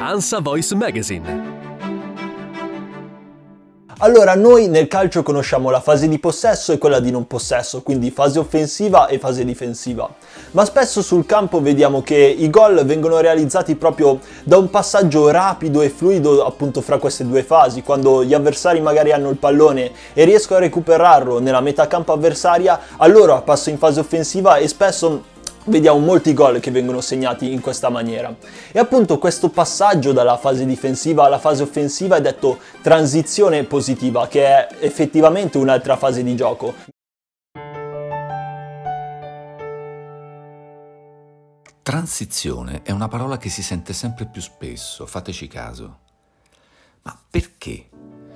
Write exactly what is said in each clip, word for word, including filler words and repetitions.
ANSA Voice Magazine. Allora, noi nel calcio conosciamo la fase di possesso e quella di non possesso, quindi fase offensiva e fase difensiva. Ma spesso sul campo vediamo che i gol vengono realizzati proprio da un passaggio rapido e fluido appunto fra queste due fasi, quando gli avversari magari hanno il pallone e riescono a recuperarlo nella metà campo avversaria, allora passo in fase offensiva e spesso vediamo molti gol che vengono segnati in questa maniera. E appunto questo passaggio dalla fase difensiva alla fase offensiva è detto transizione positiva, che è effettivamente un'altra fase di gioco. Transizione è una parola che si sente sempre più spesso, fateci caso. Ma perché?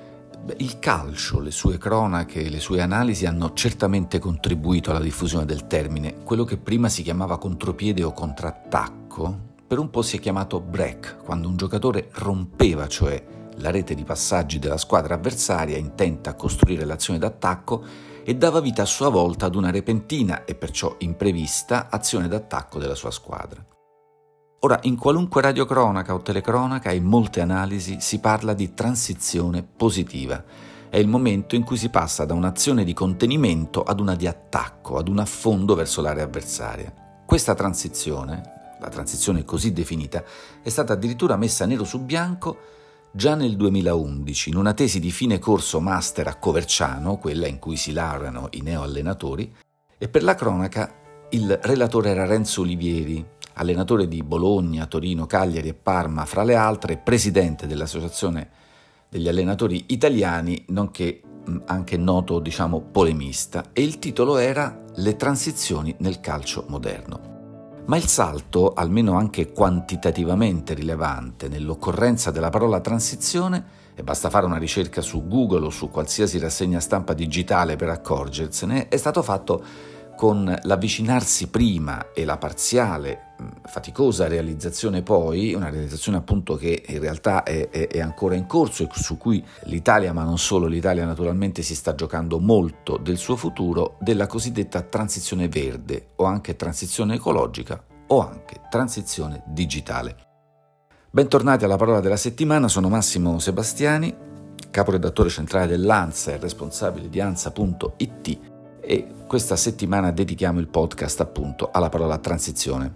Il calcio, le sue cronache, le sue analisi hanno certamente contribuito alla diffusione del termine. Quello che prima si chiamava contropiede o contrattacco, per un po' si è chiamato break, quando un giocatore rompeva, cioè la rete di passaggi della squadra avversaria intenta a costruire l'azione d'attacco e dava vita a sua volta ad una repentina e perciò imprevista azione d'attacco della sua squadra. Ora, in qualunque radiocronaca o telecronaca e in molte analisi si parla di transizione positiva. È il momento in cui si passa da un'azione di contenimento ad una di attacco, ad un affondo verso l'area avversaria. Questa transizione, la transizione così definita, è stata addirittura messa nero su bianco già nel duemilaundici in una tesi di fine corso master a Coverciano, quella in cui si laureano i neoallenatori, e per la cronaca il relatore era Renzo Olivieri, allenatore di Bologna, Torino, Cagliari e Parma, fra le altre, presidente dell'Associazione degli Allenatori Italiani, nonché anche noto, diciamo, polemista, e il titolo era Le transizioni nel calcio moderno. Ma il salto, almeno anche quantitativamente rilevante, nell'occorrenza della parola transizione, e basta fare una ricerca su Google o su qualsiasi rassegna stampa digitale per accorgersene, è stato fatto con l'avvicinarsi prima e la parziale, faticosa realizzazione poi, una realizzazione appunto che in realtà è, è, è ancora in corso e su cui l'Italia, ma non solo l'Italia naturalmente, si sta giocando molto del suo futuro, della cosiddetta transizione verde o anche transizione ecologica o anche transizione digitale. Bentornati alla parola della settimana, sono Massimo Sebastiani, caporedattore centrale dell'ANSA e responsabile di ansa punto it, e questa settimana dedichiamo il podcast appunto alla parola transizione.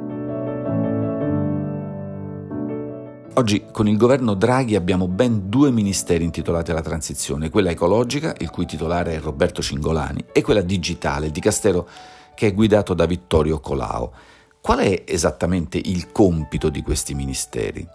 Oggi con il governo Draghi abbiamo ben due ministeri intitolati alla transizione, quella ecologica, il cui titolare è Roberto Cingolani, e quella digitale, il dicastero che è guidato da Vittorio Colao. Qual è esattamente il compito di questi ministeri?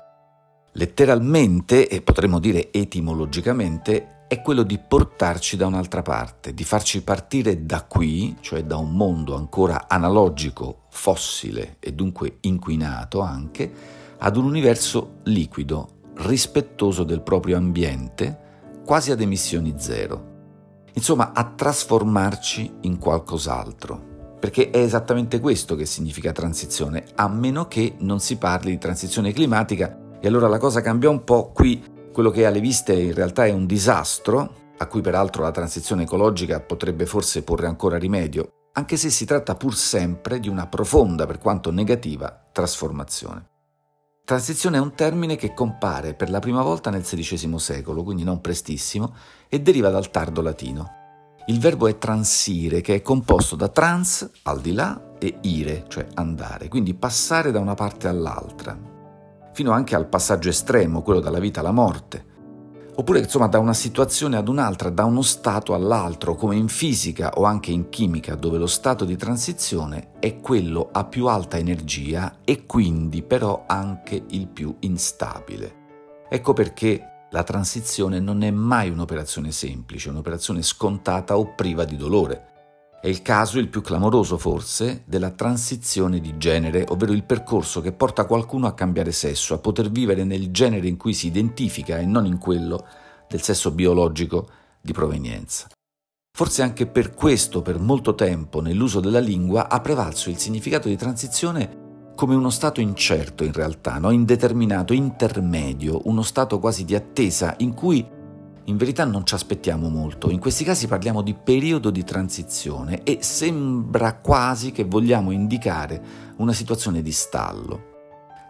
Letteralmente, e potremmo dire etimologicamente, è quello di portarci da un'altra parte, di farci partire da qui, cioè da un mondo ancora analogico, fossile e dunque inquinato anche, ad un universo liquido, rispettoso del proprio ambiente, quasi ad emissioni zero. Insomma, a trasformarci in qualcos'altro, perché è esattamente questo che significa transizione, a meno che non si parli di transizione climatica, e allora la cosa cambia un po'. Qui quello che alle viste in realtà è un disastro, a cui peraltro la transizione ecologica potrebbe forse porre ancora rimedio, anche se si tratta pur sempre di una profonda, per quanto negativa, trasformazione. Transizione è un termine che compare per la prima volta nel sedicesimo secolo, quindi non prestissimo, e deriva dal tardo latino. Il verbo è transire, che è composto da trans, al di là, e ire, cioè andare, quindi passare da una parte all'altra, fino anche al passaggio estremo, quello dalla vita alla morte, oppure insomma da una situazione ad un'altra, da uno stato all'altro, come in fisica o anche in chimica, dove lo stato di transizione è quello a più alta energia e quindi però anche il più instabile. Ecco perché la transizione non è mai un'operazione semplice, un'operazione scontata o priva di dolore. È il caso, il più clamoroso forse, della transizione di genere, ovvero il percorso che porta qualcuno a cambiare sesso, a poter vivere nel genere in cui si identifica e non in quello del sesso biologico di provenienza. Forse anche per questo, per molto tempo, nell'uso della lingua ha prevalso il significato di transizione come uno stato incerto in realtà, no? Indeterminato, intermedio, uno stato quasi di attesa in cui in verità non ci aspettiamo molto. In questi casi parliamo di periodo di transizione e sembra quasi che vogliamo indicare una situazione di stallo.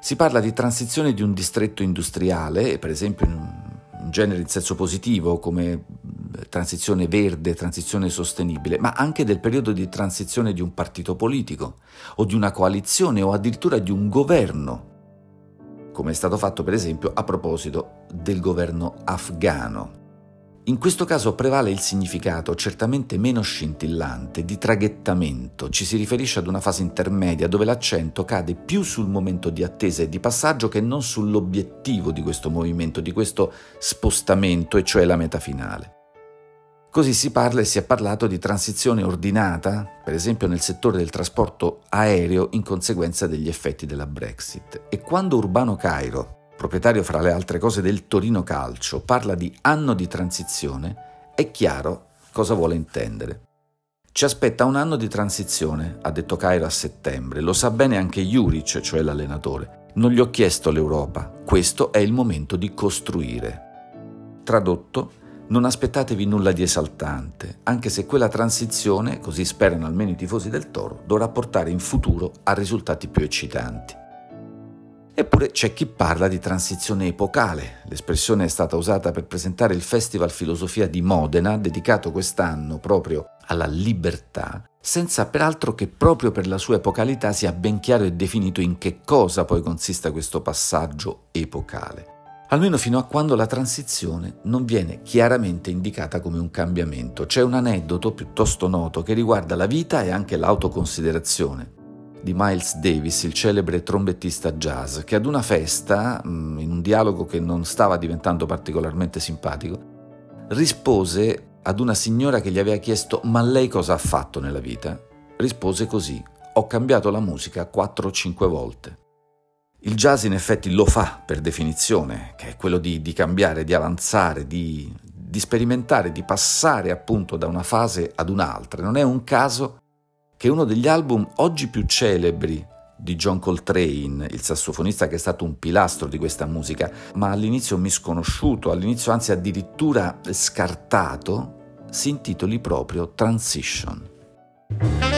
Si parla di transizione di un distretto industriale, per esempio in genere in senso positivo, come transizione verde, transizione sostenibile, ma anche del periodo di transizione di un partito politico, o di una coalizione, o addirittura di un governo, come è stato fatto per esempio a proposito del governo afghano. In questo caso prevale il significato, certamente meno scintillante, di traghettamento. Ci si riferisce ad una fase intermedia dove l'accento cade più sul momento di attesa e di passaggio che non sull'obiettivo di questo movimento, di questo spostamento, e cioè la meta finale. Così si parla e si è parlato di transizione ordinata, per esempio nel settore del trasporto aereo in conseguenza degli effetti della Brexit. E quando Urbano Cairo, proprietario fra le altre cose del Torino Calcio, parla di anno di transizione, è chiaro cosa vuole intendere. Ci aspetta un anno di transizione, ha detto Cairo a settembre, lo sa bene anche Juric, cioè l'allenatore. Non gli ho chiesto l'Europa, questo è il momento di costruire. Tradotto, non aspettatevi nulla di esaltante, anche se quella transizione, così sperano almeno i tifosi del Toro, dovrà portare in futuro a risultati più eccitanti. Eppure c'è chi parla di transizione epocale. L'espressione è stata usata per presentare il Festival Filosofia di Modena, dedicato quest'anno proprio alla libertà, senza peraltro che proprio per la sua epocalità sia ben chiaro e definito in che cosa poi consista questo passaggio epocale. Almeno fino a quando la transizione non viene chiaramente indicata come un cambiamento. C'è un aneddoto piuttosto noto che riguarda la vita e anche l'autoconsiderazione di Miles Davis, il celebre trombettista jazz, che ad una festa, in un dialogo che non stava diventando particolarmente simpatico, rispose ad una signora che gli aveva chiesto «Ma lei cosa ha fatto nella vita?» Rispose così: «Ho cambiato la musica quattro o cinque volte». Il jazz in effetti lo fa per definizione, che è quello di, di cambiare, di avanzare, di, di sperimentare, di passare appunto da una fase ad un'altra. Non è un caso che uno degli album oggi più celebri di John Coltrane, il sassofonista che è stato un pilastro di questa musica, ma all'inizio misconosciuto, all'inizio anzi addirittura scartato, si intitoli proprio Transition.